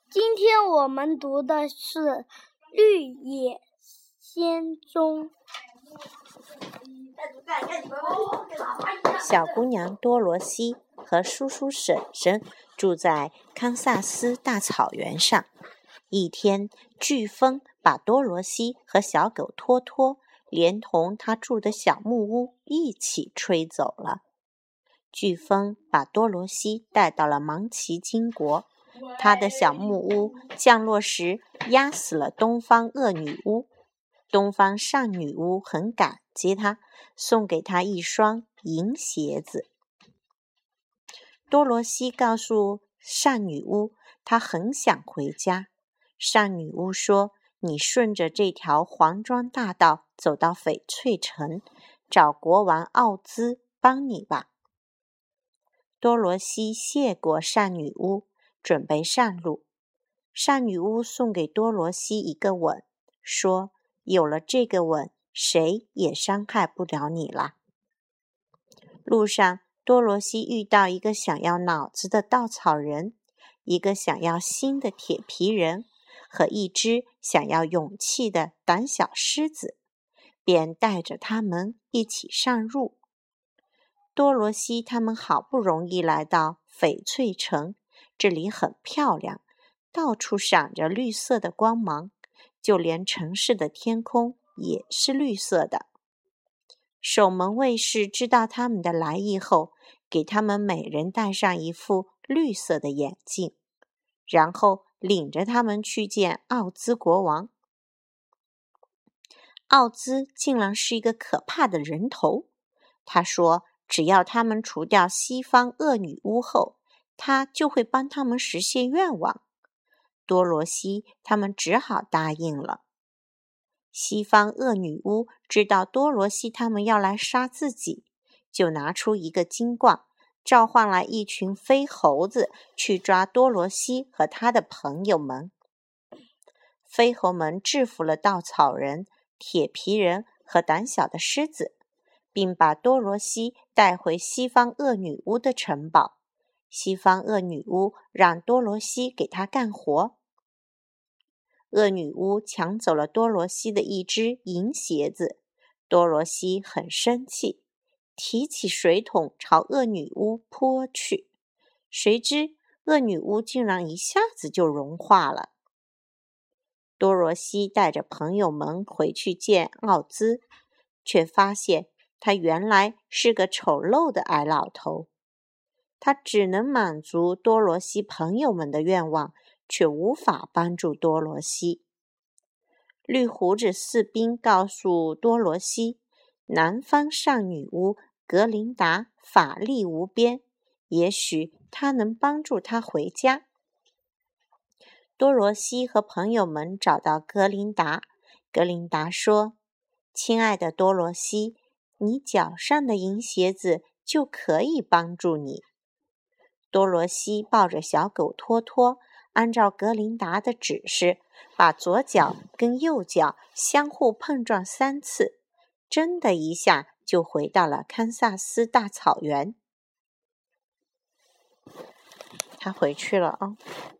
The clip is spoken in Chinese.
今天我们读的是《绿野仙踪》。 小姑娘多罗西和叔叔婶婶住在堪萨斯大草原上。一天，飓风把多罗西和小狗托托连同他住的小木屋一起吹走了。飓风把多罗西带到了芒奇金国，他的小木屋降落时压死了东方恶女巫。东方善女巫很感激他，送给他一双银鞋子。多罗西告诉善女巫，她很想回家。善女巫说：“你顺着这条黄砖大道走到翡翠城，找国王奥兹帮你吧。”多罗西谢过善女巫，准备上路。善女巫送给多罗西一个吻，说：“有了这个吻，谁也伤害不了你了。”路上，多罗西遇到一个想要脑子的稻草人，一个想要心的铁皮人，和一只想要勇气的胆小狮子，便带着他们一起上路。多罗西他们好不容易来到翡翠城，这里很漂亮，到处闪着绿色的光芒，就连城市的天空也是绿色的。守门卫士知道他们的来意后，给他们每人戴上一副绿色的眼镜，然后领着他们去见奥兹国王。奥兹竟然是一个可怕的人头，他说只要他们除掉西方恶女巫后，他就会帮他们实现愿望。多罗西他们只好答应了。西方恶女巫知道多罗西他们要来杀自己，就拿出一个金冠，召唤来一群飞猴子去抓多罗西和他的朋友们。飞猴们制服了稻草人、铁皮人和胆小的狮子，并把多罗西带回西方恶女巫的城堡。西方恶女巫让多罗西给她干活。恶女巫抢走了多罗西的一只银鞋子，多罗西很生气，提起水桶朝恶女巫泼去。谁知恶女巫竟然一下子就融化了。多罗西带着朋友们回去见奥兹，却发现他原来是个丑陋的矮老头。他只能满足多罗西朋友们的愿望，却无法帮助多罗西。绿胡子士兵告诉多罗西，南方善女巫格琳达法力无边，也许她能帮助他回家。多罗西和朋友们找到格琳达，格琳达说：“亲爱的多罗西，你脚上的银鞋子就可以帮助你。”多罗西抱着小狗托托，按照格琳达的指示，把左脚跟右脚相互碰撞3次，真的一下就回到了堪萨斯大草原。他回去了啊。